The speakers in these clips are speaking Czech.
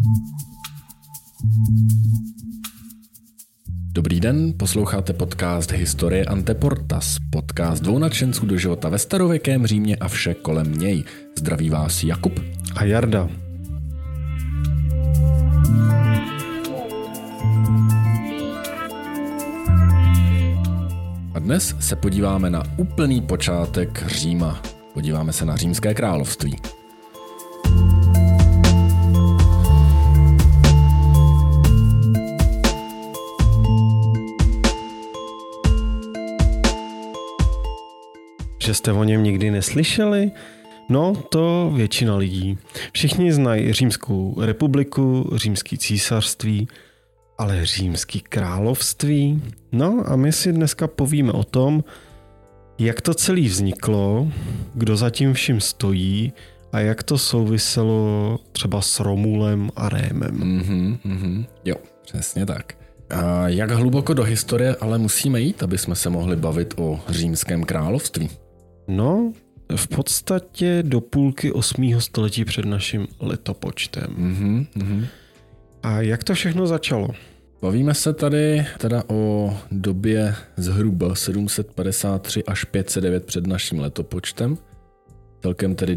Dobrý den, posloucháte podcast Historie Anteportas, podcast dvou nadšenců do života ve starověkém Římě a vše kolem něj. Zdraví vás Jakub a Jarda. A dnes se podíváme na úplný počátek Říma. Podíváme se na Římské království. Že jste o něm nikdy neslyšeli? No, to většina lidí. Všichni znají Římskou republiku, Římské císařství, ale Římské království? No a my si dneska povíme o tom, jak to celé vzniklo, kdo za tím vším stojí a jak to souviselo třeba s Romulem a Rémem. Jo, přesně tak. A jak hluboko do historie ale musíme jít, aby jsme se mohli bavit o Římském království? No, v podstatě do půlky 8. století před naším letopočtem. A jak to všechno začalo? Bavíme se tady teda o době zhruba 753 až 509 před naším letopočtem, celkem tedy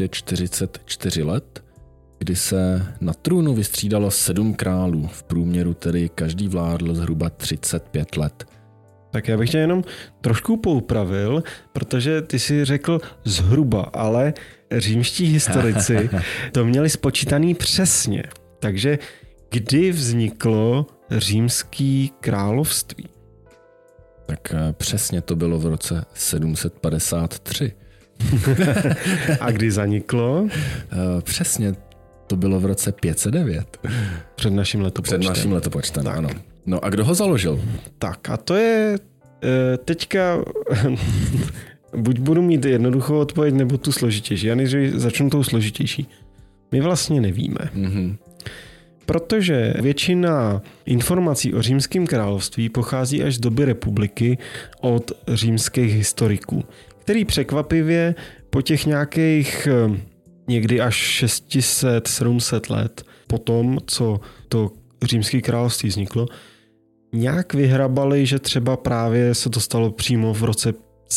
244 let, kdy se na trůnu vystřídalo 7 králů, v průměru tedy každý vládl zhruba 35 let. Tak já bych tě jenom trošku poupravil, protože ty si řekl zhruba, ale římští historici to měli spočítaný přesně. Takže kdy vzniklo Římské království? Tak přesně to bylo v roce 753. A kdy zaniklo? Přesně to bylo v roce 509. Před naším letopočtem. Před naším letopočtem, ano. No a kdo ho založil? Tak a to je teďka, buď budu mít jednoduchou odpověď, nebo tu složitější. Já než začnu tou složitější. My vlastně nevíme. Protože většina informací o Římském království pochází až z doby republiky od římských historiků, který překvapivě po těch nějakých někdy až 600-700 let po tom, co to Římské království vzniklo, nějak vyhrabali, že třeba právě se to stalo přímo v roce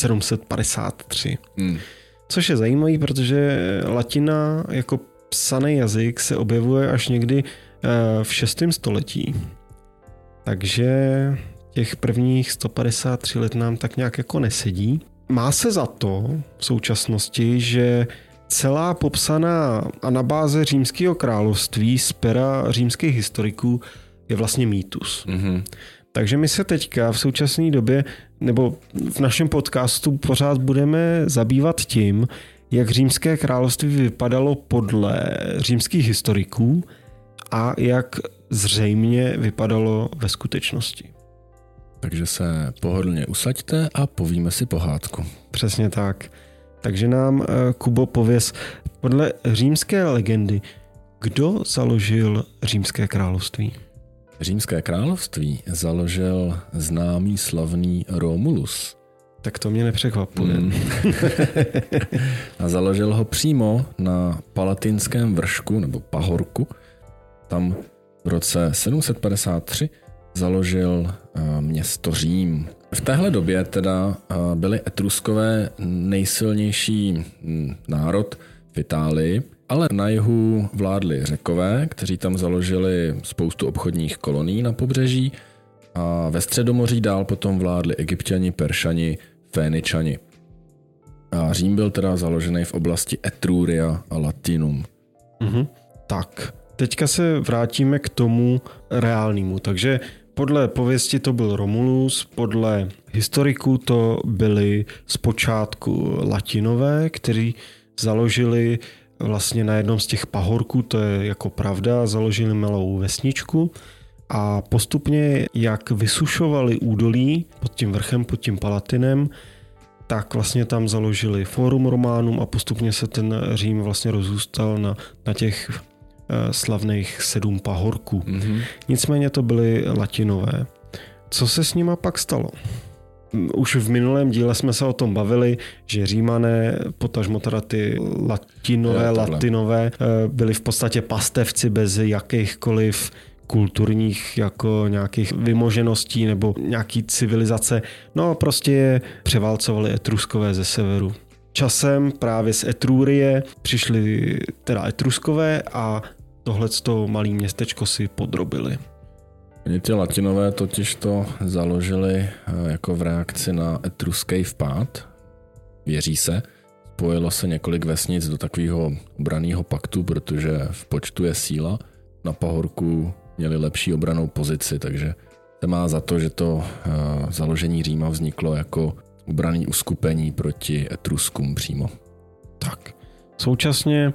753. Což je zajímavé, protože latina jako psaný jazyk se objevuje až někdy v 6. století. Takže těch prvních 153 let nám tak nějak jako nesedí. Má se za to v současnosti, že celá popsaná anabáze Římského království z pera římských historiků je vlastně mýtus. Takže my se teďka v současné době, nebo v našem podcastu pořád budeme zabývat tím, jak Římské království vypadalo podle římských historiků a jak zřejmě vypadalo ve skutečnosti. Takže se pohodlně usaďte a povíme si pohádku. Přesně tak. Takže nám, Kubo, pověz, podle římské legendy, kdo založil Římské království? Římské království založil známý slavný Romulus. Tak to mě nepřekvapuje. A založil ho přímo na Palatinském vršku nebo pahorku. Tam v roce 753 založil město Řím. V téhle době teda byli Etruskové nejsilnější národ v Itálii, ale na jihu vládli Řekové, kteří tam založili spoustu obchodních kolonií na pobřeží, a ve Středomoří dál potom vládli Egypťani, Peršani, Féničani. A Řím byl teda založený v oblasti Etruria a Latinum. Tak, teďka se vrátíme k tomu reálnému. Takže podle pověsti to byl Romulus, podle historiků to byli zpočátku Latinové, kteří založili vlastně na jednom z těch pahorků, to je jako pravda, založili malou vesničku a postupně, jak vysušovali údolí pod tím vrchem, pod tím Palatinem, tak vlastně tam založili Forum Románum a postupně se ten Řím vlastně rozrůstal na těch slavných 7 pahorků. Nicméně to byly Latinové. Co se s nima pak stalo? Už v minulém díle jsme se o tom bavili, že Římané, potažmo teda ty latinové, byli v podstatě pastevci bez jakýchkoliv kulturních jako nějakých vymožeností nebo nějaký civilizace. No a prostě je převálcovali Etruskové ze severu. Časem právě z Etrurie přišli teda Etruskové a tohleto malé městečko si podrobili. Oni ty latinové totiž to založili jako v reakci na etruský vpád. Věří se. Spojilo se několik vesnic do takového obranného paktu, protože v počtu je síla. Na pahorku měli lepší obranou pozici, takže se má za to, že to založení Říma vzniklo jako obranné uskupení proti Etruskům přímo. Tak. Současně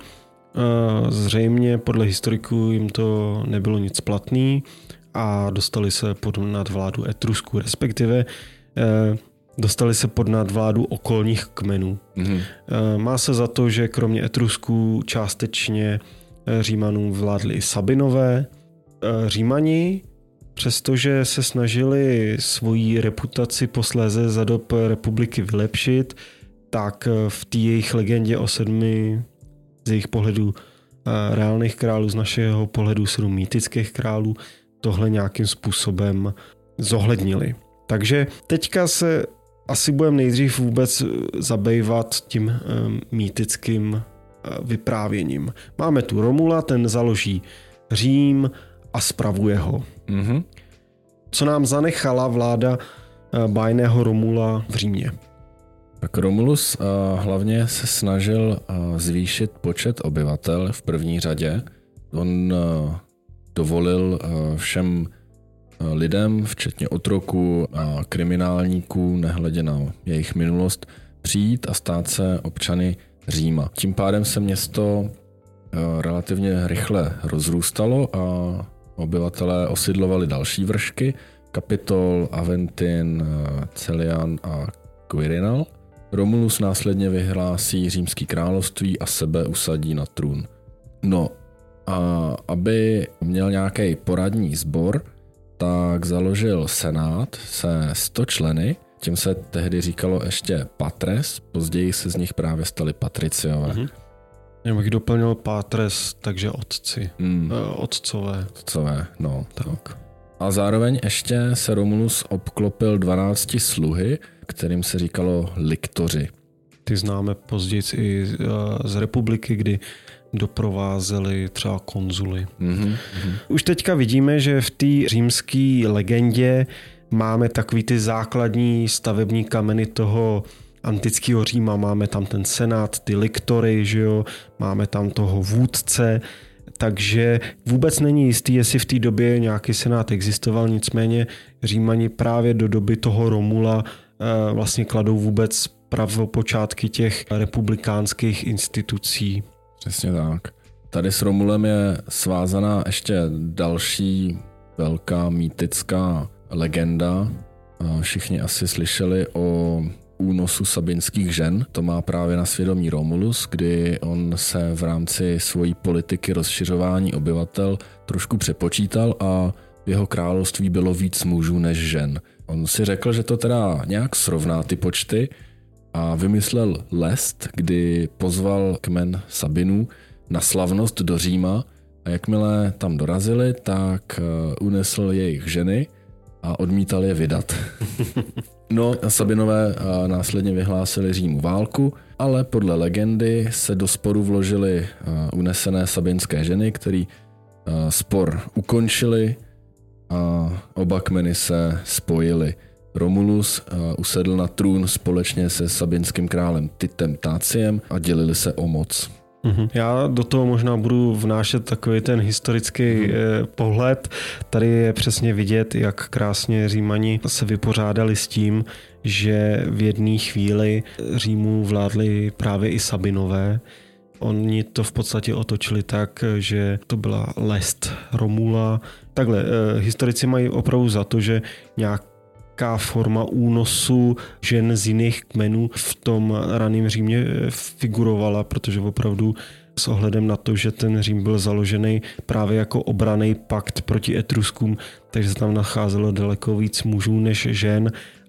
zřejmě podle historiků jim to nebylo nic platný a dostali se pod nadvládu Etrusků, respektive dostali se pod nadvládu okolních kmenů. Má se za to, že kromě Etrusků částečně Římanům vládli i Sabinové. Římani, přestože se snažili svoji reputaci posléze za dob republiky vylepšit, tak v té jejich legendě o 7 z jejich pohledu reálných králů, z našeho pohledu 7 mýtických králů, tohle nějakým způsobem zohlednili. Takže teďka se asi budeme nejdřív vůbec zabývat tím mýtickým vyprávěním. Máme tu Romula, ten založí Řím a spravuje ho. Co nám zanechala vláda bájného Romula v Římě? Tak Romulus hlavně se snažil zvýšit počet obyvatel v první řadě. On dovolil všem lidem, včetně otroků a kriminálníků, nehledě na jejich minulost, přijít a stát se občany Říma. Tím pádem se město relativně rychle rozrůstalo a obyvatelé osidlovali další vršky, Kapitol, Aventin, Celian a Quirinal. Romulus následně vyhlásí římský království a sebe usadí na trůn. No a aby měl nějaký poradní sbor, tak založil senát se 100 členy, tím se tehdy říkalo ještě patres, později se z nich právě stali patriciové. Já bych doplnil patres, takže otci. Otcové. Otcové, no. Tak. A zároveň ještě se Romulus obklopil 12 sluhy, kterým se říkalo liktoři. Ty známe později i z republiky, kdy doprovázeli třeba konzuly. Už teďka vidíme, že v té římské legendě máme takový ty základní stavební kameny toho antického Říma. Máme tam ten senát, ty liktory, že jo? Máme tam toho vůdce, takže vůbec není jistý, jestli v té době nějaký senát existoval, nicméně Římani právě do doby toho Romula vlastně kladou vůbec pravopočátky těch republikánských institucí. Přesně tak. Tady s Romulem je svázaná ještě další velká mýtická legenda. Všichni asi slyšeli o únosu sabinských žen. To má právě na svědomí Romulus, kdy on se v rámci svojí politiky rozšiřování obyvatel trošku přepočítal a v jeho království bylo víc mužů než žen. On si řekl, že to teda nějak srovná ty počty a vymyslel lest, kdy pozval kmen Sabinů na slavnost do Říma a jakmile tam dorazili, tak unesl jejich ženy a odmítal je vydat. No, Sabinové následně vyhlásili Římu válku, ale podle legendy se do sporu vložily unesené sabinské ženy, který spor ukončili a oba kmeny se spojily. Romulus usedl na trůn společně se sabinským králem Titem Táciem a dělili se o moc. Já do toho možná budu vnášet takový ten historický pohled. Tady je přesně vidět, jak krásně Římani se vypořádali s tím, že v jedné chvíli Římu vládli právě i Sabinové. Oni to v podstatě otočili tak, že to byla lest Romula. Takhle, historici mají opravdu za to, že nějaká forma únosu žen z jiných kmenů v tom raném Římě figurovala, protože opravdu s ohledem na to, že ten Řím byl založený právě jako obranný pakt proti Etruskům, takže se tam nacházelo daleko víc mužů než žen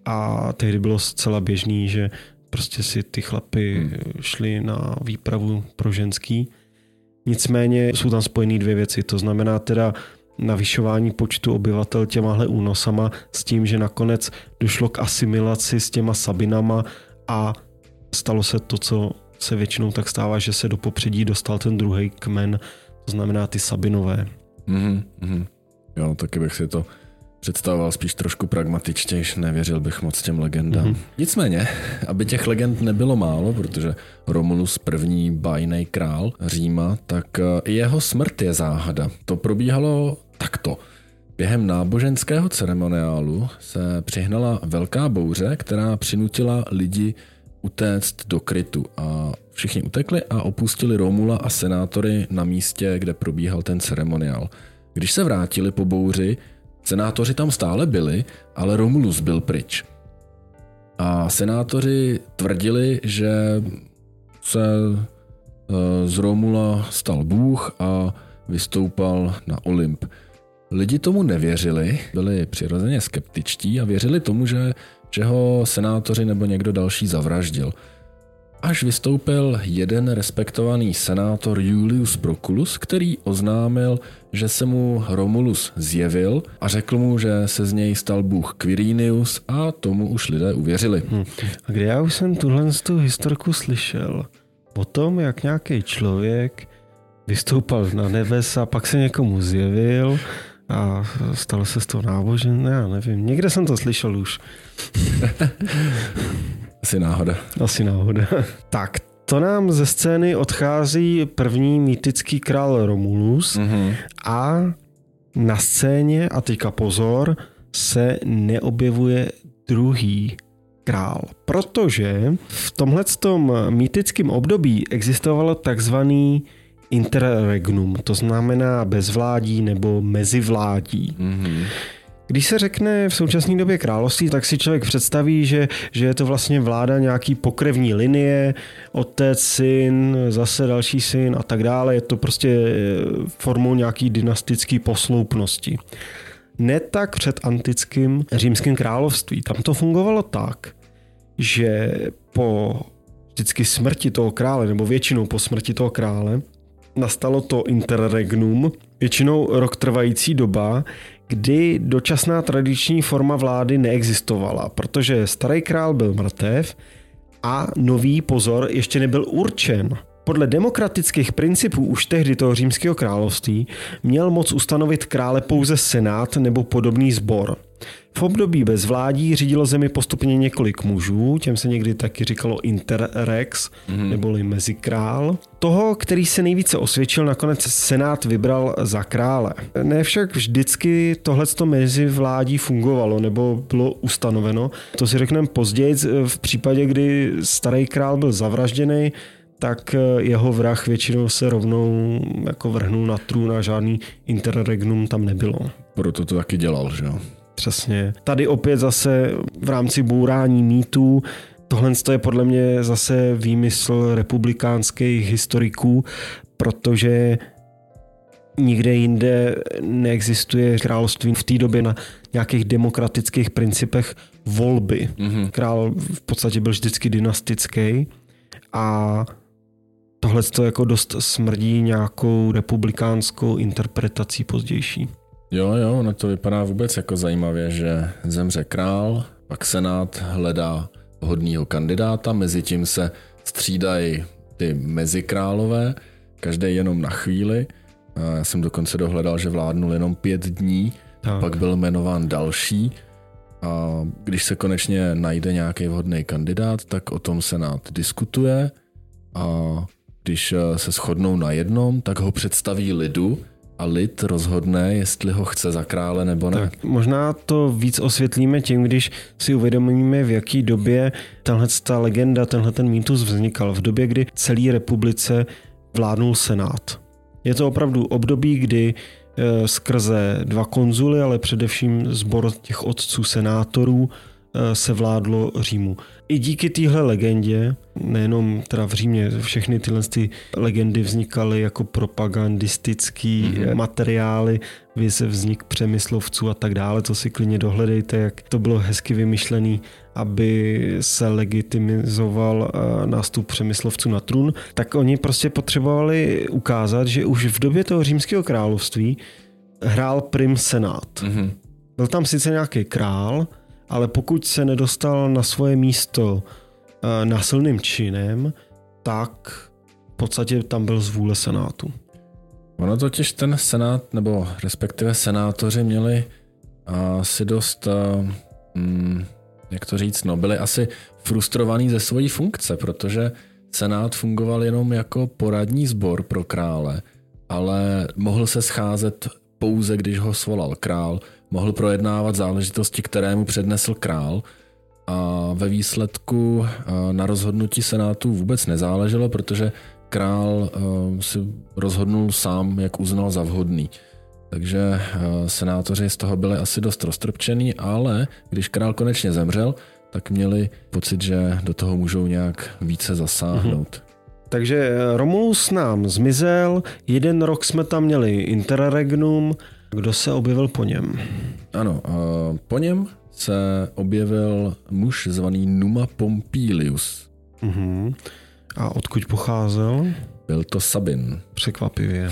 a tehdy bylo zcela běžný, že prostě si ty chlapy šli na výpravu pro ženský. Nicméně jsou tam spojené dvě věci, to znamená teda navyšování počtu obyvatel těmahle únosama s tím, že nakonec došlo k asimilaci s těma Sabinama a stalo se to, co se většinou tak stává, že se do popředí dostal ten druhý kmen, to znamená ty Sabinové. Jo, taky bych si to představoval spíš trošku pragmatičtějš, nevěřil bych moc těm legendám. Nicméně, aby těch legend nebylo málo, protože Romulus první bájnej král Říma, tak i jeho smrt je záhada. To probíhalo takto. Během náboženského ceremoniálu se přihnala velká bouře, která přinutila lidi utéct do krytu a všichni utekli a opustili Romula a senátory na místě, kde probíhal ten ceremoniál. Když se vrátili po bouři, senátoři tam stále byli, ale Romulus byl pryč. A senátoři tvrdili, že se z Romula stal Bůh a vystoupal na Olymp. Lidi tomu nevěřili, byli přirozeně skeptičtí a věřili tomu, že ho senátoři nebo někdo další zavraždil. Až vystoupil jeden respektovaný senátor Julius Proculus, který oznámil, že se mu Romulus zjevil a řekl mu, že se z něj stal bůh Quirinius a tomu už lidé uvěřili. A kde já už jsem tuhle historku slyšel? O tom, jak nějaký člověk vystoupal na nebes a pak se někomu zjevil a stalo se z toho náboženství, já nevím, někde jsem to slyšel už. Asi náhoda. Tak, to nám ze scény odchází první mýtický král Romulus a na scéně, a teďka pozor, se neobjevuje druhý král, protože v tomhletom mýtickém období existovalo takzvaný interregnum, to znamená bezvládí nebo mezivládí. Když se řekne v současné době království, tak si člověk představí, že je to vlastně vláda nějaký pokrevní linie, otec, syn, zase další syn a tak dále. Je to prostě formou nějaký dynastický posloupnosti. Ne tak před antickým římským království. Tam to fungovalo tak, že po vždycky smrti toho krále, nebo většinou po smrti toho krále, nastalo to interregnum, většinou rok trvající doba, kdy dočasná tradiční forma vlády neexistovala, protože starý král byl mrtev a nový, pozor, ještě nebyl určen. Podle demokratických principů už tehdy toho římského království měl moc ustanovit krále pouze senát nebo podobný sbor. V období bezvládí řídilo zemi postupně několik mužů, těm se někdy taky říkalo interrex, neboli mezikrál. Toho, který se nejvíce osvědčil, nakonec senát vybral za krále. Ne však vždycky tohleto mezivládí fungovalo nebo bylo ustanoveno. To si řekneme později, v případě, kdy starý král byl zavražděný, tak jeho vrah většinou se rovnou jako vrhnul na trůn a žádný interregnum tam nebylo. Proto to taky dělal, že jo? Přesně. Tady opět zase v rámci bourání mýtů, tohle je podle mě zase výmysl republikánských historiků, protože nikde jinde neexistuje království v té době na nějakých demokratických principech volby. Král v podstatě byl vždycky dynastický a tohle to jako dost smrdí nějakou republikánskou interpretací pozdější. Jo, na to vypadá vůbec jako zajímavě, že zemře král, pak senát hledá vhodného kandidáta, mezitím se střídají ty mezikrálové, každý jenom na chvíli. Já jsem dokonce dohledal, že vládnul jenom 5 dní, pak byl jmenován další a když se konečně najde nějaký vhodný kandidát, tak o tom senát diskutuje a když se shodnou na jednom, tak ho představí lidu a lid rozhodne, jestli ho chce za krále nebo ne. Tak, možná to víc osvětlíme tím, když si uvědomíme, v jaký době ta legenda, ten mýtus vznikal. V době, kdy celé republice vládnul senát. Je to opravdu období, kdy skrze 2 konzuly, ale především sbor těch otců senátorů se vládlo Římu. I díky téhle legendě, nejenom teda v Římě, všechny tyhle legendy vznikaly jako propagandistický materiály, vznik přemyslovců a tak dále, to si klidně dohledejte, jak to bylo hezky vymyšlený, aby se legitimizoval nástup přemyslovců na trůn, tak oni prostě potřebovali ukázat, že už v době toho římského království hrál prim senát. Byl tam sice nějaký král, ale pokud se nedostal na svoje místo násilným činem, tak v podstatě tam byl z vůle senátu. Ono totiž ten senát, nebo respektive senátoři měli asi dost, jak to říct, byli asi frustrovaní ze svojí funkce, protože senát fungoval jenom jako poradní sbor pro krále, ale mohl se scházet pouze, když ho svolal král, mohl projednávat záležitosti, které mu přednesl král a ve výsledku na rozhodnutí senátu vůbec nezáleželo, protože král si rozhodnul sám, jak uznal za vhodný. Takže senátoři z toho byli asi dost roztrpčený, ale když král konečně zemřel, tak měli pocit, že do toho můžou nějak více zasáhnout. Takže Romulus nám zmizel, 1 rok jsme tam měli interregnum. Kdo se objevil po něm? Ano, po něm se objevil muž zvaný Numa Pompilius. A odkud pocházel? Byl to Sabin. Překvapivě.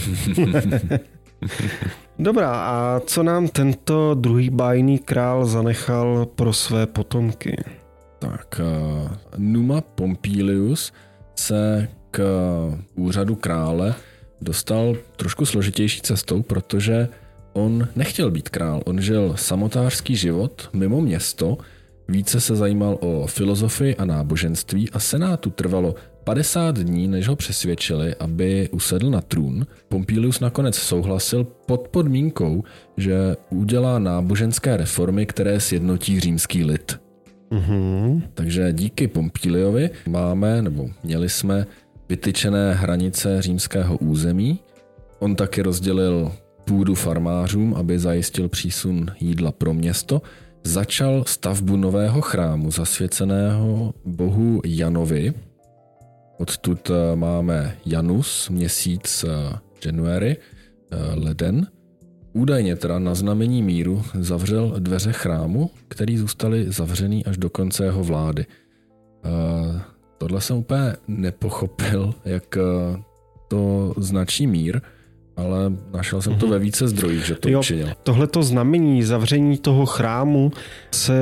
Dobrá, a co nám tento druhý bájný král zanechal pro své potomky? Tak, Numa Pompilius se k úřadu krále dostal trošku složitější cestou, protože on nechtěl být král. On žil samotářský život mimo město, více se zajímal o filozofii a náboženství a senátu trvalo 50 dní, než ho přesvědčili, aby usedl na trůn. Pompilius nakonec souhlasil pod podmínkou, že udělá náboženské reformy, které sjednotí římský lid. Takže díky Pompiliovi měli jsme vytyčené hranice římského území. On taky rozdělil půdu farmářům, aby zajistil přísun jídla pro město. Začal stavbu nového chrámu zasvěceného bohu Janovi. Odtud máme Janus, měsíc January, leden. Údajně teda na znamení míru zavřel dveře chrámu, které zůstaly zavřený až do konce jeho vlády. Tohle jsem úplně nepochopil, jak to značí mír, ale našel jsem to ve více zdrojích, že to učinil. Tohleto znamení zavření toho chrámu se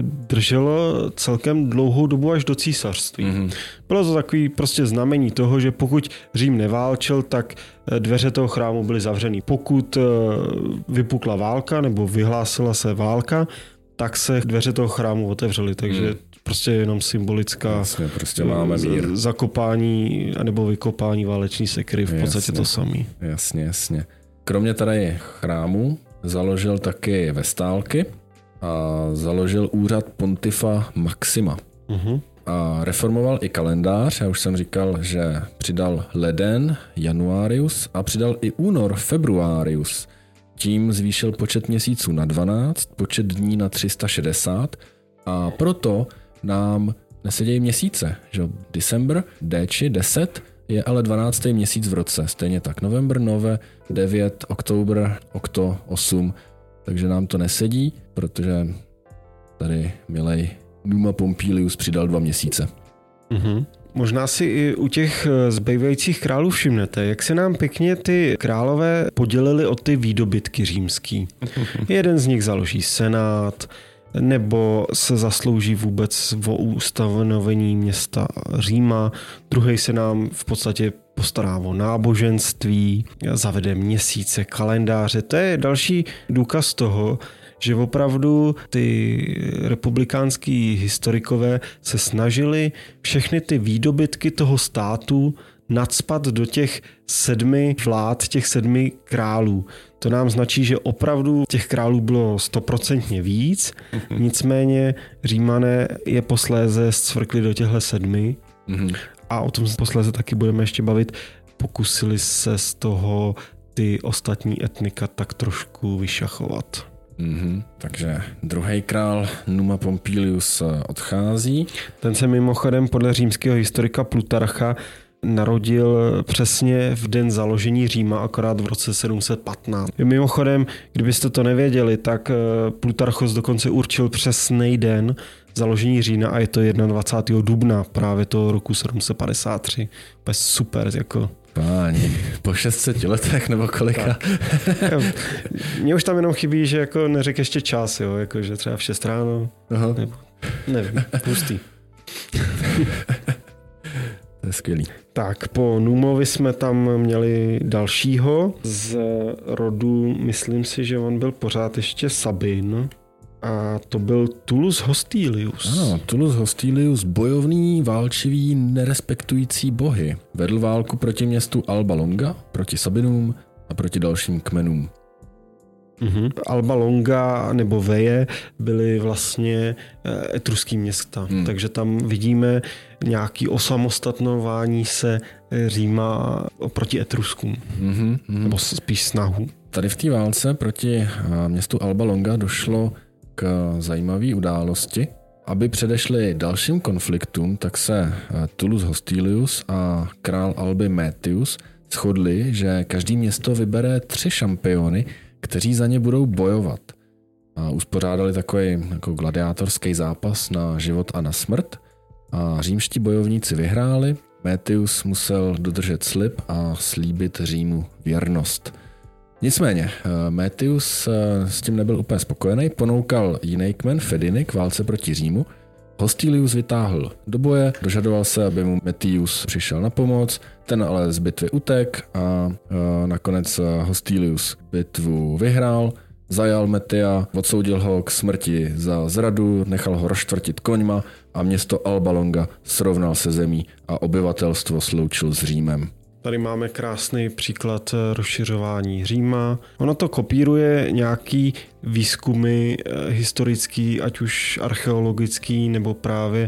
drželo celkem dlouhou dobu až do císařství. Bylo to takový prostě znamení toho, že pokud Řím neválčil, tak dveře toho chrámu byly zavřený. Pokud vypukla válka nebo vyhlásila se válka, tak se dveře toho chrámu otevřely, takže prostě jenom symbolická jasně, prostě máme mír. Zakopání nebo vykopání váleční sekry, v podstatě to samé. Jasně. Kromě tady chrámu založil taky vestálky a založil úřad pontifa Maxima. A reformoval i kalendář, já už jsem říkal, že přidal leden, Januarius a přidal i únor, Februarius. Tím zvýšil počet měsíců na 12, počet dní na 360 a proto nám nesedějí měsíce, že December, Déči, 10 je ale 12. měsíc v roce, stejně tak november, nove, 9, oktober, okto, 8, takže nám to nesedí, protože tady milej Numa Pompilius přidal 2 měsíce. Možná si i u těch zbývajících králů všimnete, jak se nám pěkně ty králové podělili o ty výdobytky římský. Jeden z nich založí senát, nebo se zaslouží vůbec o ustanovení města Říma. Druhý se nám v podstatě postará o náboženství, zavede měsíce, kalendáře. To je další důkaz toho, že opravdu ty republikánský historikové se snažili všechny ty výdobytky toho státu nacpat do těch 7 vlád, těch 7 králů. To nám značí, že opravdu těch králů bylo 100% víc, nicméně Římané je posléze scvrkli do těchto 7 a o tom posléze taky budeme ještě bavit. Pokusili se z toho ty ostatní etnika tak trošku vyšachovat. Takže druhý král Numa Pompilius odchází. Ten se mimochodem podle římského historika Plutarcha narodil přesně v den založení Říma, akorát v roce 715. Mimochodem, kdybyste to nevěděli, tak Plutarchos dokonce určil přesný den založení Říma a je to 21. dubna právě toho roku 753. To je super, jako... Páni, po 600 letech nebo kolika? Mně už tam jenom chybí, že jako neřek ještě čas, jo, jako že třeba v 6 ráno. Aha. Nebo, nevím, pustý. To je skvělý. Tak, po Numovi jsme tam měli dalšího z rodu, myslím si, že on byl pořád ještě Sabin. A to byl Tullus Hostilius. Ano, Tullus Hostilius, bojovný, válčivý, nerespektující bohy. Vedl válku proti městu Alba Longa, proti Sabinům a proti dalším kmenům. Alba Longa nebo Veje byly vlastně etruský města, takže tam vidíme nějaké osamostatňování se Říma proti Etruskům, nebo spíš snahu. Tady v té válce proti městu Alba Longa došlo k zajímavé události. Aby předešli dalším konfliktům, tak se Tullus Hostilius a král Alby Metius shodli, že každý město vybere 3 šampiony, kteří za ně budou bojovat. A uspořádali takový jako gladiátorský zápas na život a na smrt. A římští bojovníci vyhráli. Metius musel dodržet slib a slíbit Římu věrnost. Nicméně, Metius s tím nebyl úplně spokojený, ponoukal jiný kmen Fediny k válce proti Římu. Hostilius vytáhl do boje, dožadoval se, aby mu Metius přišel na pomoc, ten ale z bitvy utek a nakonec Hostilius bitvu vyhrál, zajal Metia, odsoudil ho k smrti za zradu, nechal ho rozštvrtit koňma a město Alba Longa srovnal se zemí a obyvatelstvo sloučil s Římem. Tady máme krásný příklad rozšiřování Říma. Ono to kopíruje nějaký výzkumy historický, ať už archeologický, nebo právě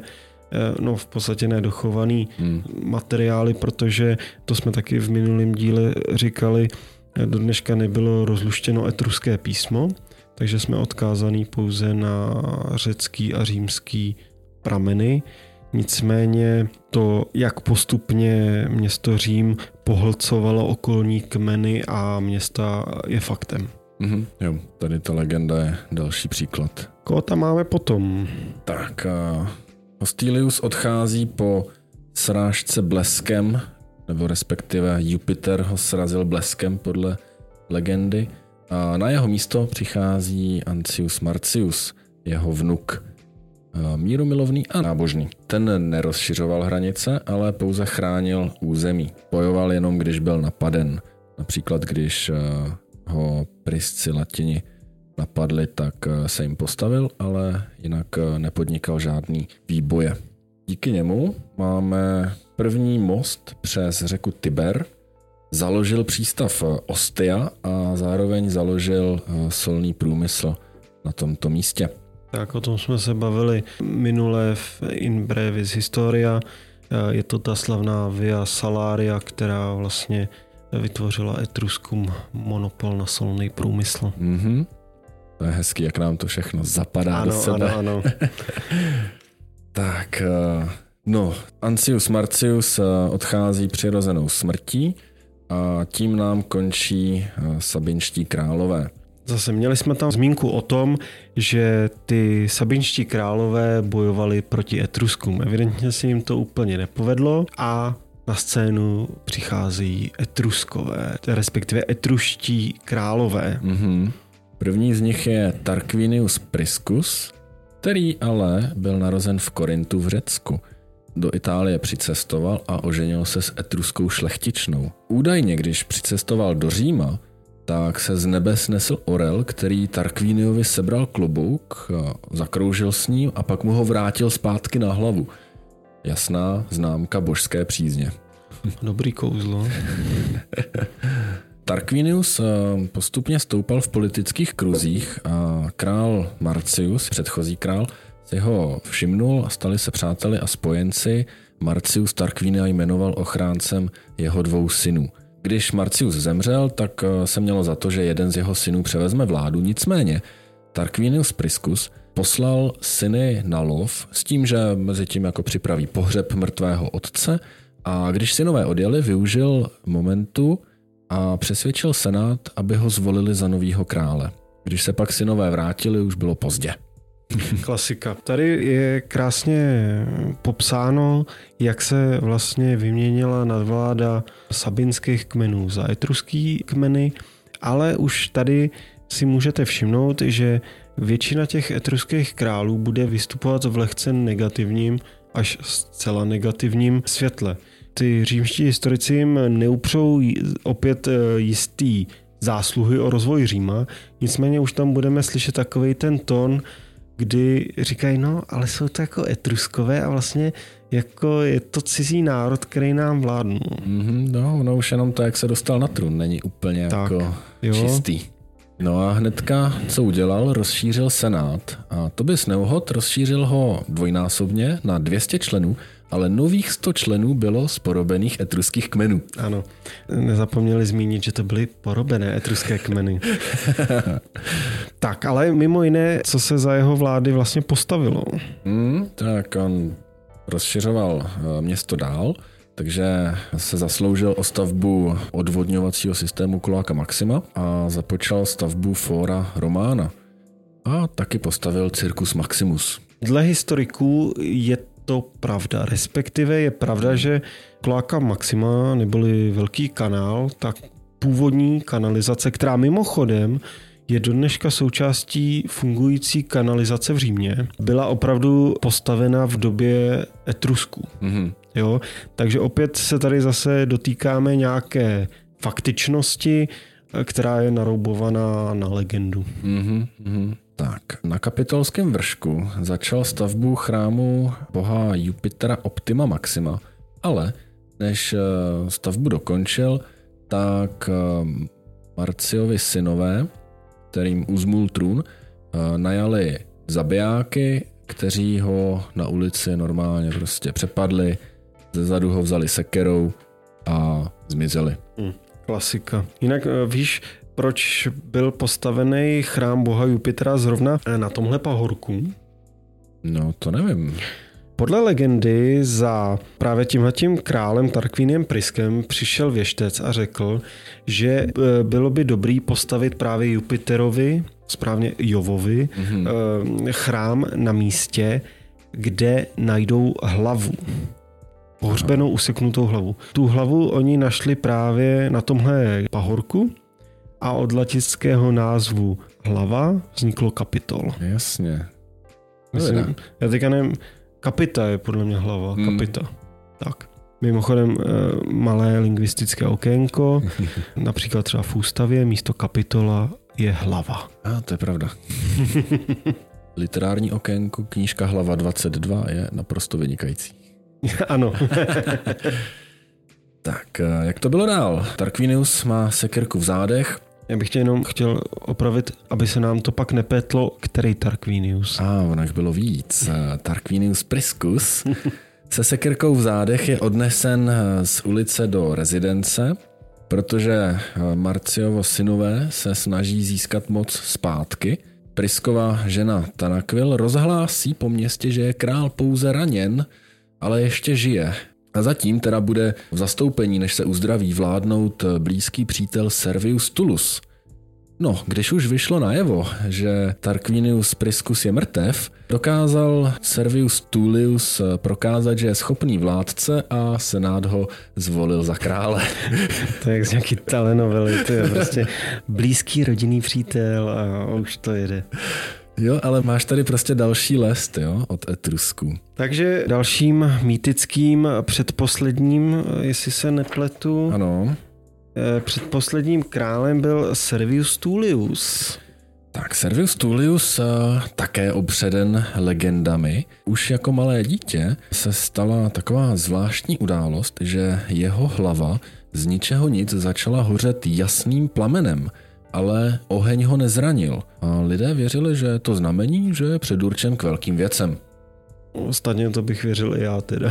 v podstatě nedochovaný materiály, protože to jsme taky v minulém díle říkali, do dneška nebylo rozluštěno etruské písmo, takže jsme odkázaný pouze na řecký a římský prameny. Nicméně to, jak postupně město Řím pohlcovalo okolní kmeny a města, je faktem. Jo, tady ta legenda je další příklad. Koho tam máme potom? Tak, Hostilius odchází po srážce bleskem, nebo respektive Jupiter ho srazil bleskem podle legendy. A na jeho místo přichází Ancius Marcius, jeho vnuk. Mírumilovný a nábožný. Ten nerozšiřoval hranice, ale pouze chránil území. Bojoval jenom, když byl napaden. Například, když ho prisci Latini napadli, tak se jim postavil, ale jinak nepodnikal žádný výboje. Díky němu máme první most přes řeku Tiber, založil přístav Ostia a zároveň založil solný průmysl na tomto místě. Tak o tom jsme se bavili minule v In Brevis Historia. Je to ta slavná Via Salaria, která vlastně vytvořila Etruskům monopol na solný průmysl. To je hezký, jak nám to všechno zapadá do sebe. Ano. Tak, Ancius Marcius odchází přirozenou smrtí a tím nám končí sabinští králové. Zase měli jsme tam zmínku o tom, že ty sabinští králové bojovali proti Etruskům. Evidentně se jim to úplně nepovedlo a na scénu přicházejí Etruskové, respektive etruští králové. První z nich je Tarquinius Priscus, který ale byl narozen v Korintu v Řecku. Do Itálie přicestoval a oženil se s etruskou šlechtičnou. Údajně, když přicestoval do Říma, tak se z nebe snesl orel, který Tarquiniovi sebral klobouk, zakroužil s ním a pak mu ho vrátil zpátky na hlavu. Jasná známka božské přízně. Dobrý kouzlo. Tarquinius postupně stoupal v politických kruzích a král Marcius, předchozí král, si ho všimnul a stali se přáteli a spojenci. Marcius Tarquinia jmenoval ochráncem jeho 2 synů. Když Marcius zemřel, tak se mělo za to, že jeden z jeho synů převezme vládu, nicméně Tarquinius Priscus poslal syny na lov s tím, že mezi tím jako připraví pohřeb mrtvého otce, a když synové odjeli, využil momentu a přesvědčil senát, aby ho zvolili za novýho krále. Když se pak synové vrátili, už bylo pozdě. Klasika. Tady je krásně popsáno, jak se vlastně vyměnila nadvláda sabinských kmenů za etruský kmeny, ale už tady si můžete všimnout, že většina těch etruských králů bude vystupovat v lehce negativním až zcela negativním světle. Ty římští historici jim neupřou opět jistý zásluhy o rozvoj Říma, nicméně už tam budeme slyšet takovej ten tón, kdy říkají, no, ale jsou to jako etruskové a vlastně jako je to cizí národ, který nám vládnu. No už jenom to, jak se dostal na trůn, není úplně tak, jako čistý. No a hnedka, co udělal, rozšířil senát a Tobis Neuhod rozšířil ho dvojnásobně na 200 členů, ale nových 100 členů bylo z porobených etruských kmenů. Ano, nezapomněli zmínit, že to byly porobené etruské kmeny. Tak, ale mimo jiné, co se za jeho vlády vlastně postavilo? Tak on rozšiřoval město dál, takže se zasloužil o stavbu odvodňovacího systému Cloaca Maxima a započal stavbu Fora Romana. A taky postavil Circus Maximus. Dle historiků je to pravda, respektive je pravda, že Cloaca Maxima neboli velký kanál, tak původní kanalizace, která mimochodem je do dneška součástí fungující kanalizace v Římě, byla opravdu postavena v době Etrusků. Jo? Takže opět se tady zase dotýkáme nějaké faktičnosti, která je naroubovaná na legendu. Tak, na Kapitolském vršku začal stavbu chrámu boha Jupitera Optima Maxima, ale než stavbu dokončil, tak Marciovi synové, kterým uzmul trůn, najali zabijáky, kteří ho na ulici normálně prostě přepadli, zezadu ho vzali sekerou a zmizeli. Klasika. Jinak víš, proč byl postavený chrám boha Jupitera zrovna na tomhle pahorku? No, to nevím. Podle legendy za právě tímhletím králem Tarquiniem Priscem přišel věštec a řekl, že bylo by dobrý postavit právě Jupiterovi, správně Jovovi, chrám na místě, kde najdou hlavu. Pohřbenou useknutou hlavu. Tu hlavu oni našli právě na tomhle pahorku a od latinského názvu hlava vzniklo Kapitol. Jasně. Já teďka nevím, kapita je podle mě hlava, kapita. Tak. Mimochodem malé lingvistické okénko, například třeba v ústavě místo kapitola je hlava. To je pravda. Literární okénko, knížka Hlava 22 je naprosto vynikající. Ano. Tak, jak to bylo dál? Tarquinius má sekerku v zádech. Já bych tě jenom chtěl opravit, aby se nám to pak nepletlo, který Tarquinius. Ono jich bylo víc. Tarquinius Priscus se sekerkou v zádech je odnesen z ulice do rezidence, protože Marciovo synové se snaží získat moc zpátky. Priskova žena Tanaquil rozhlásí po městě, že je král pouze raněn, ale ještě žije. A zatím teda bude v zastoupení, než se uzdraví, vládnout blízký přítel Servius Tullus. No, když už vyšlo najevo, že Tarquinius Priscus je mrtev, dokázal Servius Tullius prokázat, že je schopný vládce a senát ho zvolil za krále. To je jak z nějaký telenovely, to je prostě blízký rodinný přítel a už to jede. Jo, ale máš tady prostě další lest, jo, od Etrusků. Takže dalším mýtickým předposledním, jestli se nepletu, ano. Předposledním králem byl Servius Tullius. Tak Servius Tullius také obředen legendami. Už jako malé dítě se stala taková zvláštní událost, že jeho hlava z ničeho nic začala hořet jasným plamenem, ale oheň ho nezranil. A lidé věřili, že to znamení, že je předurčen k velkým věcem. Ostatně to bych věřil i já teda.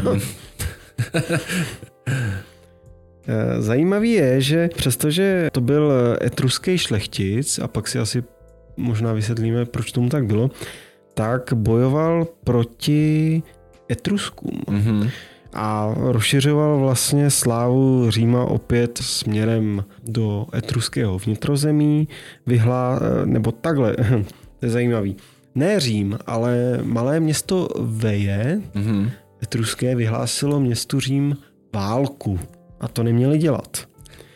Zajímavý je, že přestože to byl etruský šlechtic a pak si asi možná vysvětlíme, proč tomu tak bylo, tak bojoval proti Etruskům. A rozšiřoval vlastně slávu Říma opět směrem do etruského vnitrozemí. Nebo takhle, to je zajímavý. Ne Řím, ale malé město Veje, etruské, vyhlásilo městu Řím válku. A to neměli dělat.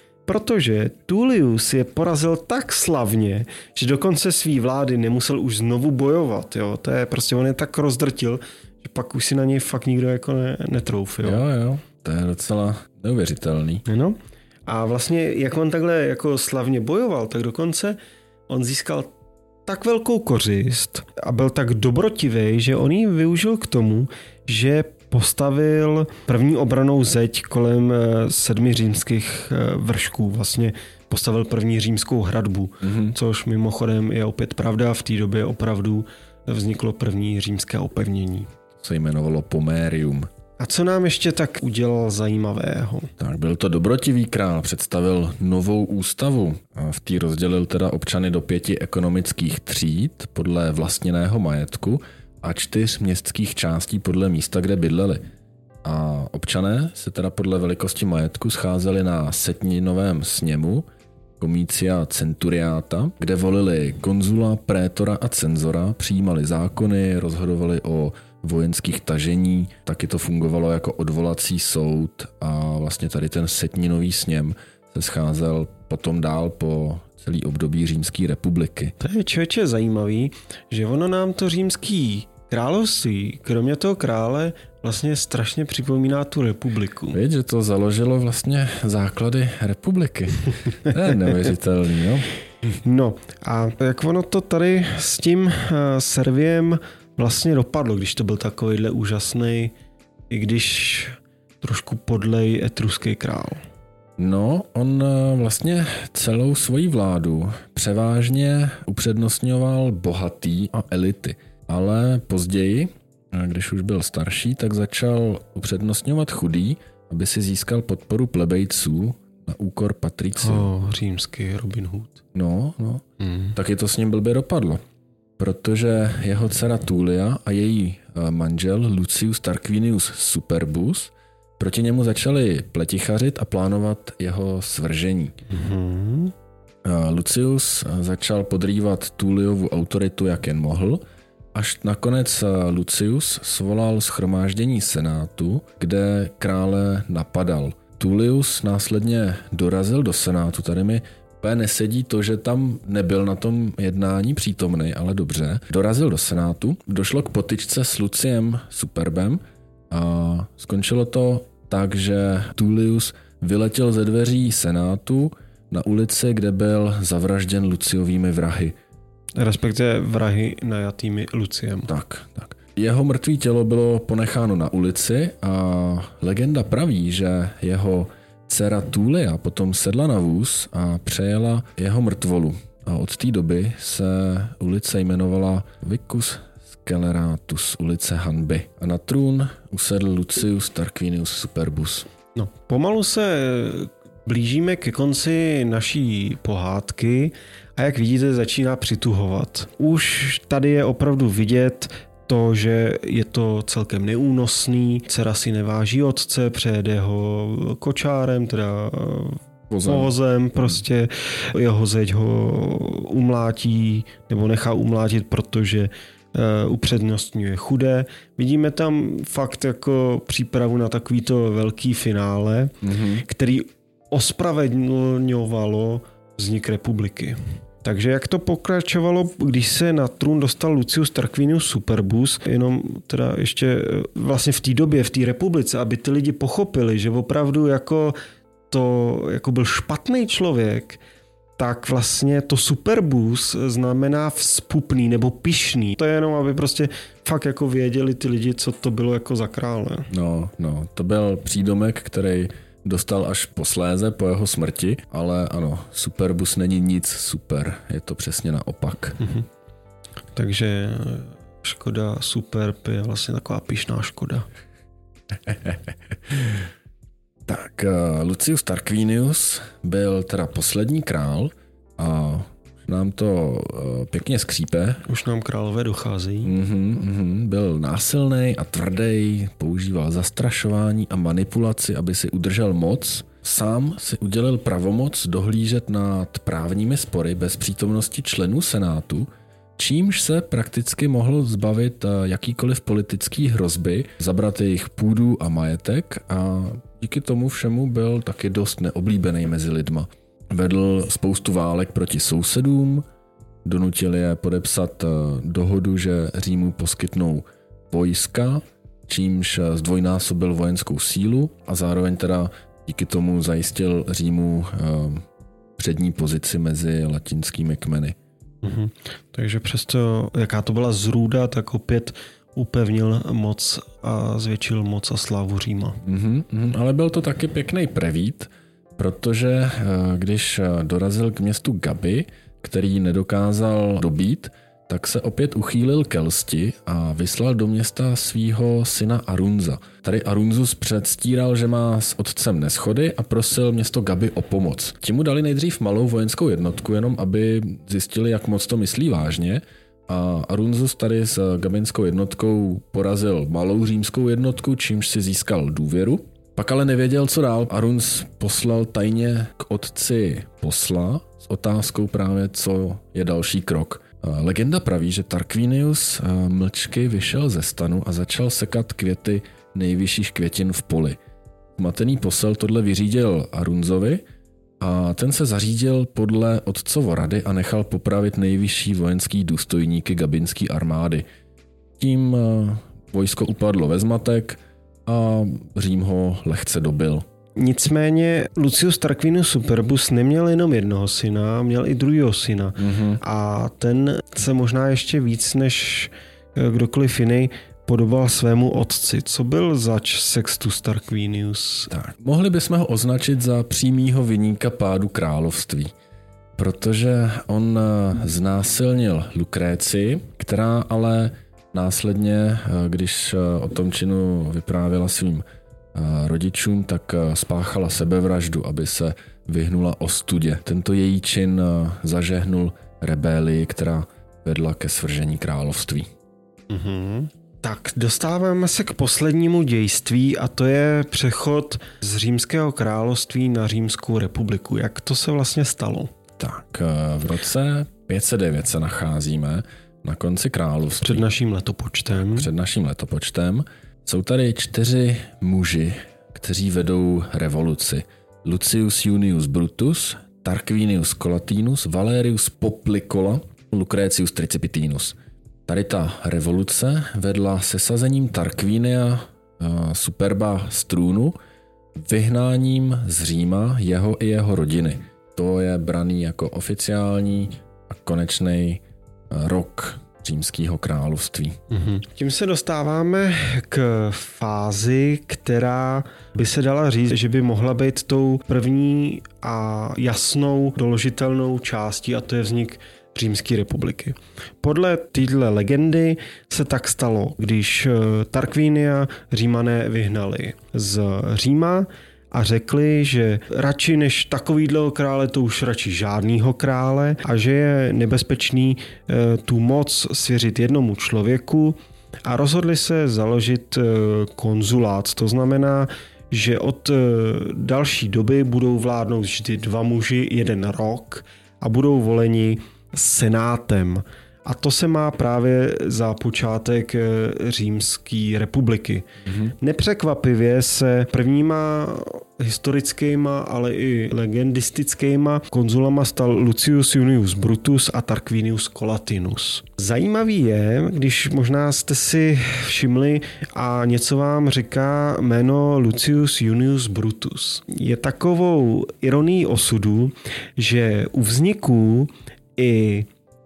Protože Tullius je porazil tak slavně, že do konce své vlády nemusel už znovu bojovat. Jo? To je prostě, on je tak rozdrtil, že pak už si na něj fakt nikdo jako netrouf. Jo, to je docela neuvěřitelný. No. A vlastně, jak on takhle jako slavně bojoval, tak dokonce on získal tak velkou kořist a byl tak dobrotivý, že on ji využil k tomu, že postavil první obrannou zeď kolem 7 římských vršků. Vlastně postavil první římskou hradbu, což mimochodem je opět pravda. V té době opravdu vzniklo první římské opevnění. Se jmenovalo Pomerium. A co nám ještě tak udělal zajímavého? Tak byl to dobrotivý král, představil novou ústavu. A v té rozdělil teda občany do 5 ekonomických tříd podle vlastněného majetku a 4 městských částí podle místa, kde bydleli. A občané se teda podle velikosti majetku scházeli na setninovém sněmu Comitia Centuriata, kde volili konzula, prétora a cenzora, přijímali zákony, rozhodovali o vojenských tažení, taky to fungovalo jako odvolací soud a vlastně tady ten setninový sněm se scházel potom dál po celý období Římské republiky. To je člověče zajímavý, že ono nám to římský království, kromě toho krále, vlastně strašně připomíná tu republiku. Víš, že to založilo vlastně základy republiky. To je neuvěřitelný, jo? No a jak ono to tady s tím Serviem vlastně dopadlo, když to byl takovýhle úžasný, i když trošku podlej etruský král? No, on vlastně celou svoji vládu převážně upřednostňoval bohatý a elity. Ale později, když už byl starší, tak začal upřednostňovat chudý, aby si získal podporu plebejců na úkor patriciů. Římský Robin Hood. No. Taky to s ním blbě dopadlo. Protože jeho dcera Tulia a její manžel Lucius Tarquinius Superbus proti němu začali pletichařit a plánovat jeho svržení. Lucius začal podrývat Tuliovu autoritu, jak jen mohl, až nakonec Lucius svolal shromáždění senátu, kde krále napadal. Tullius následně dorazil do senátu, tady mi úplně nesedí to, že tam nebyl na tom jednání přítomný, ale dobře. Dorazil do senátu, došlo k potyčce s Luciem Superbem a skončilo to tak, že Tullius vyletěl ze dveří senátu na ulici, kde byl zavražděn Luciovými vrahy. Respektive vrahy najatými Luciem. Tak. Jeho mrtvé tělo bylo ponecháno na ulici a legenda praví, že jeho dcera Tulia potom sedla na vůz a přejela jeho mrtvolu. A od té doby se ulice jmenovala Vicus Sceleratus, ulice hanby. A na trůn usedl Lucius Tarquinius Superbus. No, pomalu se blížíme ke konci naší pohádky a jak vidíte, začíná přituhovat. Už tady je opravdu vidět to, že je to celkem neúnosný, dcera si neváží otce, přejede ho kočárem, teda vozem, prostě jeho zeď ho umlátí nebo nechá umlátit, protože upřednostňuje chudé. Vidíme tam fakt jako přípravu na takovýto velký finále, který ospravedlňovalo vznik republiky. Takže jak to pokračovalo, když se na trůn dostal Lucius Tarquinius Superbus, jenom teda ještě vlastně v té době, v té republice, aby ty lidi pochopili, že opravdu jako byl špatný člověk, tak vlastně to Superbus znamená vzpupný nebo pyšný. To je jenom, aby prostě fakt jako věděli ty lidi, co to bylo jako za krále. No, to byl přídomek, který dostal až posléze po jeho smrti, ale ano, Superbus není nic super, je to přesně naopak. Takže Škoda Superb je vlastně taková pyšná Škoda. Tak, Lucius Tarquinius byl teda poslední král a nám to pěkně skřípe. Už nám králové docházejí. Byl násilný a tvrdý, používal zastrašování a manipulaci, aby si udržel moc. Sám si udělil pravomoc dohlížet nad právními spory bez přítomnosti členů senátu, čímž se prakticky mohl zbavit jakýkoliv politický hrozby, zabrat jejich půdu a majetek a díky tomu všemu byl taky dost neoblíbený mezi lidma. Vedl spoustu válek proti sousedům, donutil je podepsat dohodu, že Římu poskytnou vojska, čímž zdvojnásobil vojenskou sílu a zároveň teda díky tomu zajistil Římu přední pozici mezi latinskými kmeny. Takže přesto, jaká to byla zrůda, tak opět upevnil moc a zvětšil moc a slávu Říma. Ale byl to taky pěkný prevít, protože když dorazil k městu Gabi, který nedokázal dobít, tak se opět uchýlil ke lsti a vyslal do města svýho syna Arunza. Tady Arunzus předstíral, že má s otcem neschody a prosil město Gabi o pomoc. Ti mu dali nejdřív malou vojenskou jednotku, jenom aby zjistili, jak moc to myslí vážně. A Arunzus tady s gabinskou jednotkou porazil malou římskou jednotku, čímž si získal důvěru. Pak ale nevěděl, co dál. Arunz poslal tajně k otci posla s otázkou právě, co je další krok. Legenda praví, že Tarquinius mlčky vyšel ze stanu a začal sekat květy nejvyšších květin v poli. Zmatený posel tohle vyřídil Arunzovi a ten se zařídil podle otcovo rady a nechal popravit nejvyšší vojenský důstojníky gabinské armády. Tím vojsko upadlo ve zmatek a Řím ho lehce dobil. Nicméně Lucius Tarquinius Superbus neměl jenom jednoho syna, měl i druhého syna. A ten se možná ještě víc než kdokoliv jiný podobal svému otci. Co byl zač Sextus Tarquinius? Tak, mohli bychom ho označit za přímýho viníka pádu království, protože on znásilnil Lukrécii, která ale následně, když o tom činu vyprávěla svým rodičům, tak spáchala sebevraždu, aby se vyhnula ostudě. Tento její čin zažehnul rebelii, která vedla ke svržení království. Tak dostáváme se k poslednímu dějství a to je přechod z Římského království na Římskou republiku. Jak to se vlastně stalo? Tak v roce 509 se nacházíme na konci království. Před naším letopočtem. Jsou tady 4 muži, kteří vedou revoluci. Lucius Junius Brutus, Tarquinius Collatinus, Valerius Poplicola, Lucretius Tricipitinus. Tady ta revoluce vedla sesazením Tarquinia Superba z trůnu, vyhnáním z Říma jeho i jeho rodiny. To je braný jako oficiální a konečný rok Římského království. Tím se dostáváme k fázi, která by se dala říct, že by mohla být tou první a jasnou doložitelnou částí, a to je vznik Římské republiky. Podle téhle legendy se tak stalo, když Tarquinia Římané vyhnali z Říma a řekli, že radši než takovýhle krále, to už radši žádnýho krále a že je nebezpečný tu moc svěřit jednomu člověku a rozhodli se založit konzulát. To znamená, že od další doby budou vládnout vždy 2 muži 1 rok a budou voleni senátem. A to se má právě za počátek Římské republiky. Nepřekvapivě se prvníma historickýma, ale i legendistickýma konzulama stal Lucius Junius Brutus a Tarquinius Collatinus. Zajímavý je, když možná jste si všimli a něco vám říká jméno Lucius Junius Brutus. Je takovou ironií osudu, že u vzniku i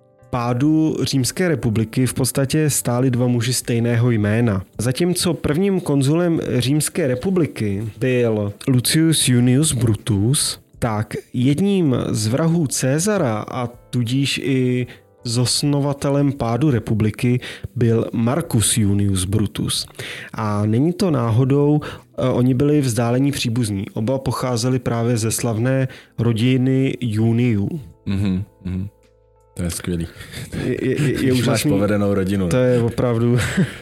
pádu Římské republiky v podstatě stáli 2 muži stejného jména. Zatímco prvním konzulem Římské republiky byl Lucius Junius Brutus, tak jedním z vrahů Cezara a tudíž i zosnovatelem pádu republiky byl Marcus Junius Brutus. A není to náhodou, oni byli vzdálení příbuzní. Oba pocházeli právě ze slavné rodiny Juniů. To je skvělý. Je už máš povedenou rodinu. To je opravdu...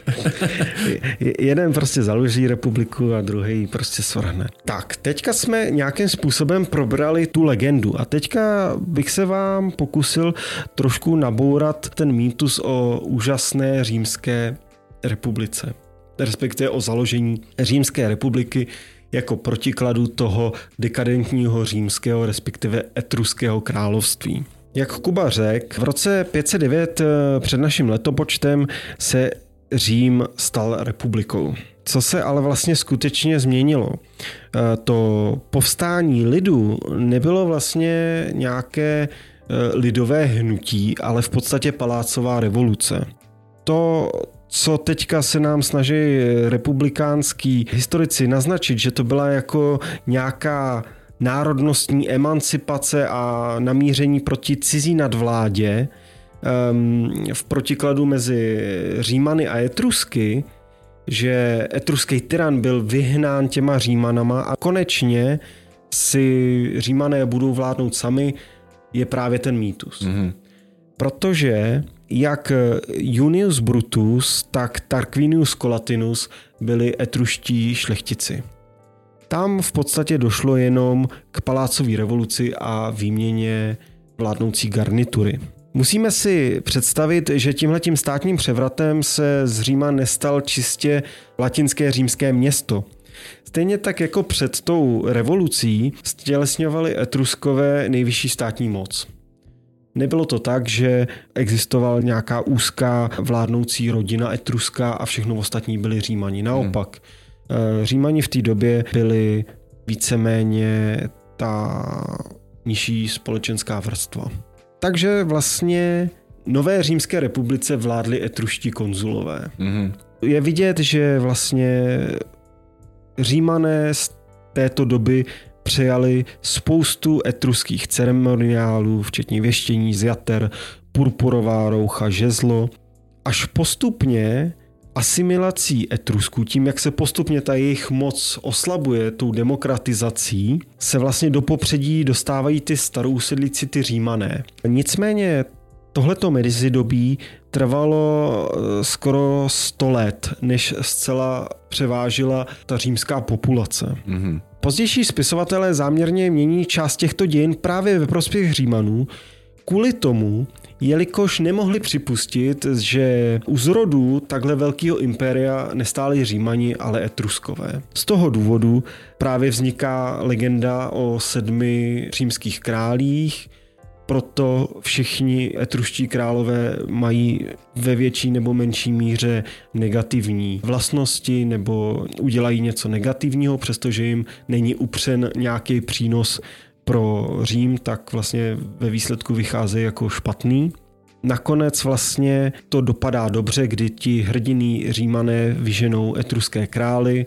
Jeden prostě založí republiku a druhý prostě svrhne. Tak, teďka jsme nějakým způsobem probrali tu legendu a teďka bych se vám pokusil trošku nabourat ten mýtus o úžasné římské republice. Respektive o založení římské republiky jako protikladu toho dekadentního římského, respektive etruského království. Jak Kuba řekl, v roce 509 před naším letopočtem se Řím stal republikou. Co se ale vlastně skutečně změnilo? To povstání lidu nebylo vlastně nějaké lidové hnutí, ale v podstatě palácová revoluce. To, co teďka se nám snaží republikánský historici naznačit, že to byla jako nějaká národnostní emancipace a namíření proti cizí nadvládě v protikladu mezi Římany a Etrusky, že etruský tyran byl vyhnán těma Římanama a konečně si Římané budou vládnout sami, je právě ten mýtus. Mm-hmm. Protože jak Junius Brutus, tak Tarquinius Collatinus byli etruští šlechtici. Tam v podstatě došlo jenom k palácové revoluci a výměně vládnoucí garnitury. Musíme si představit, že tímhletím státním převratem se z Říma nestal čistě latinské římské město. Stejně tak jako před tou revolucí stělesňovali Etruskové nejvyšší státní moc. Nebylo to tak, že existovala nějaká úzká vládnoucí rodina etruská a všechno ostatní byli Římani. Naopak, Římani v té době byli víceméně ta nižší společenská vrstva. Takže vlastně nové římské republice vládli etruští konzulové. Mm-hmm. Je vidět, že vlastně Římané z této doby přejali spoustu etruských ceremoniálů, včetně věštění z jater, purpurová roucha, žezlo. Až postupně asimilací Etrusků, tím, jak se postupně ta jejich moc oslabuje tou demokratizací, se vlastně do popředí dostávají ty starousedlíci, ty Římané. Nicméně tohleto mezidobí trvalo skoro 100 let, než zcela převážila ta římská populace. Mm-hmm. Pozdější spisovatelé záměrně mění část těchto dějin právě ve prospěch Římanů, kvůli tomu, jelikož nemohli připustit, že u zrodu takhle velkého impéria nestáli Římani, ale Etruskové. Z toho důvodu právě vzniká legenda o 7 římských králích, proto všichni etruští králové mají ve větší nebo menší míře negativní vlastnosti nebo udělají něco negativního, přestože jim není upřen nějaký přínos pro Řím, tak vlastně ve výsledku vycházejí jako špatný. Nakonec vlastně to dopadá dobře, kdy ti hrdinní Římané vyženou etruské krály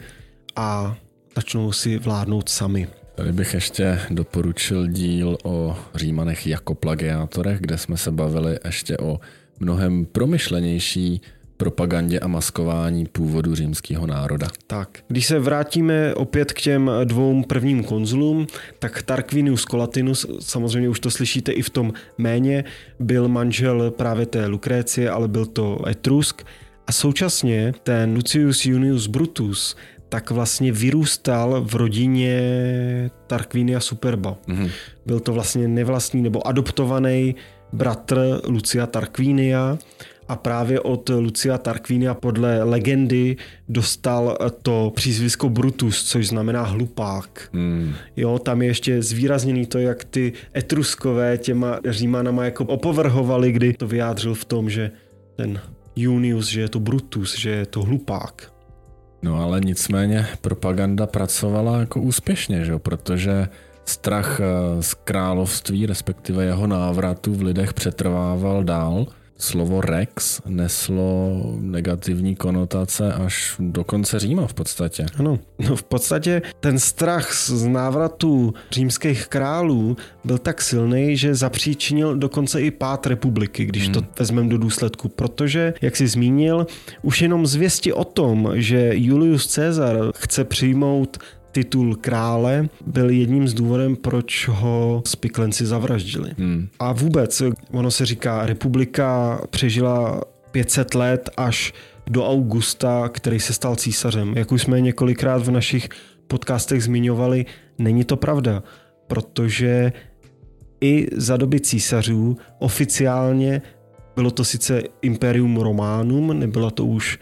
a začnou si vládnout sami. Tady bych ještě doporučil díl o Římanech jako plagiátorech, kde jsme se bavili ještě o mnohem promyšlenější propagandě a maskování původu římského národa. Tak, když se vrátíme opět k těm 2 prvním konzulům, tak Tarquinius Collatinus, samozřejmě už to slyšíte i v tom jméně, byl manžel právě té Lukrécie, ale byl to Etrusk. A současně ten Lucius Junius Brutus tak vlastně vyrůstal v rodině Tarquinia Superba. Mm-hmm. Byl to vlastně nevlastní nebo adoptovaný bratr Lucia Tarquinia a právě od Lucia Tarquinia podle legendy dostal to přízvisko Brutus, což znamená hlupák. Jo, tam je ještě zvýrazněný to, jak ty Etruskové těma Římanama jako opovrhovali, kdy to vyjádřil v tom, že ten Junius, že je to Brutus, že je to hlupák. No ale nicméně propaganda pracovala jako úspěšně, že? Protože strach z království, respektive jeho návratu v lidech přetrvával dál. Slovo Rex neslo negativní konotace až do konce Říma v podstatě. Ano, no v podstatě ten strach z návratu římských králů byl tak silný, že zapříčinil dokonce i pád republiky, když to vezmeme do důsledku, protože, jak jsi zmínil, už jenom zvěsti o tom, že Julius Caesar chce přijmout titul krále byl jedním z důvodem, proč ho spiklenci zavraždili. A vůbec, ono se říká, republika přežila 500 let až do Augusta, který se stal císařem. Jak už jsme několikrát v našich podcastech zmiňovali, není to pravda, protože i za doby císařů oficiálně bylo to sice Imperium Romanum, nebyla to už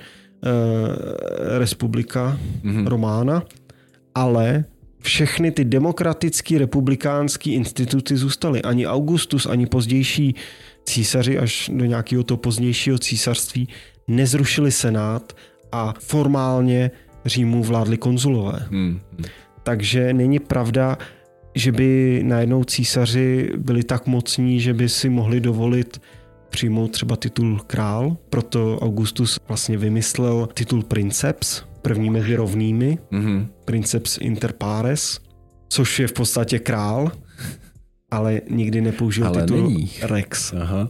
Republika Romána, ale všechny ty demokratické republikánské instituty zůstaly. Ani Augustus, ani pozdější císaři až do nějakého toho pozdějšího císařství nezrušili senát a formálně Římu vládli konzulové. Takže není pravda, že by najednou císaři byli tak mocní, že by si mohli dovolit přijmout třeba titul král. Proto Augustus vlastně vymyslel titul princeps, první mezi rovnými, princeps inter pares, což je v podstatě král, ale nikdy nepoužil titul rex. Aha.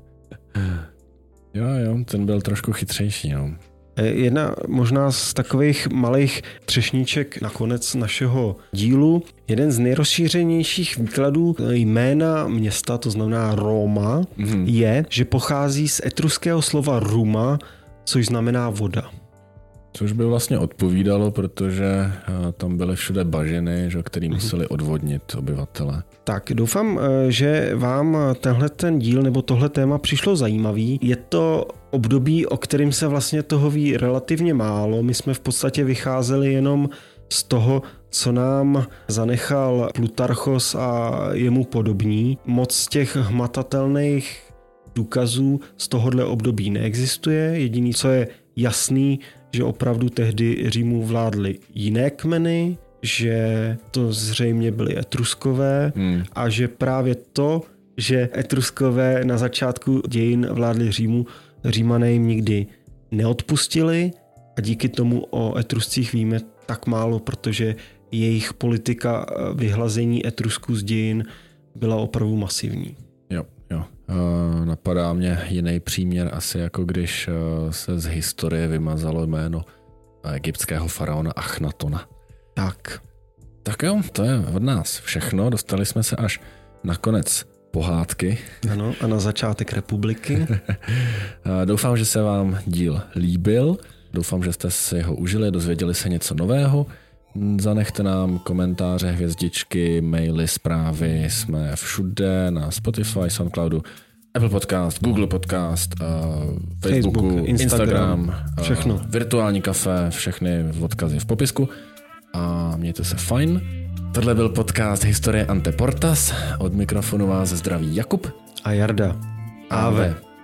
Jo, ten byl trošku chytřejší. Jo. Jedna možná z takových malých třešníček na konec našeho dílu. Jeden z nejrozšířenějších výkladů jména města, to znamená Roma, je, že pochází z etruského slova ruma, což znamená voda. Což by vlastně odpovídalo, protože tam byly všude bažiny, který museli odvodnit obyvatele. Tak, doufám, že vám tenhle ten díl nebo tohle téma přišlo zajímavý. Je to období, o kterém se vlastně toho ví relativně málo. My jsme v podstatě vycházeli jenom z toho, co nám zanechal Plutarchos a jemu podobní. Moc z těch hmatatelných důkazů z tohohle období neexistuje. Jediný, co je jasný, že opravdu tehdy Římu vládly jiné kmeny, že to zřejmě byly Etruskové a že právě to, že Etruskové na začátku dějin vládli Římu, Římané jim nikdy neodpustili a díky tomu o Etruscích víme tak málo, protože jejich politika vyhlazení Etrusků z dějin byla opravdu masivní. Jo. Napadá mě jiný příměr asi jako když se z historie vymazalo jméno egyptského faraona Achnatona. Tak jo, to je od nás všechno. Dostali jsme se až na konec pohádky. Ano, a na začátek republiky. Doufám, že se vám díl líbil. Doufám, že jste si ho užili, dozvěděli se něco nového. Zanechte nám komentáře, hvězdičky, maily, zprávy. Jsme všude na Spotify, Soundcloudu, Apple Podcast, Google Podcast, Facebooku, Instagram, všechno. Virtuální kafe, všechny odkazy v popisku. A mějte se fajn. Tohle byl podcast Historie Ante Portas. Od mikrofonu vás zdraví Jakub a Jarda. Ave.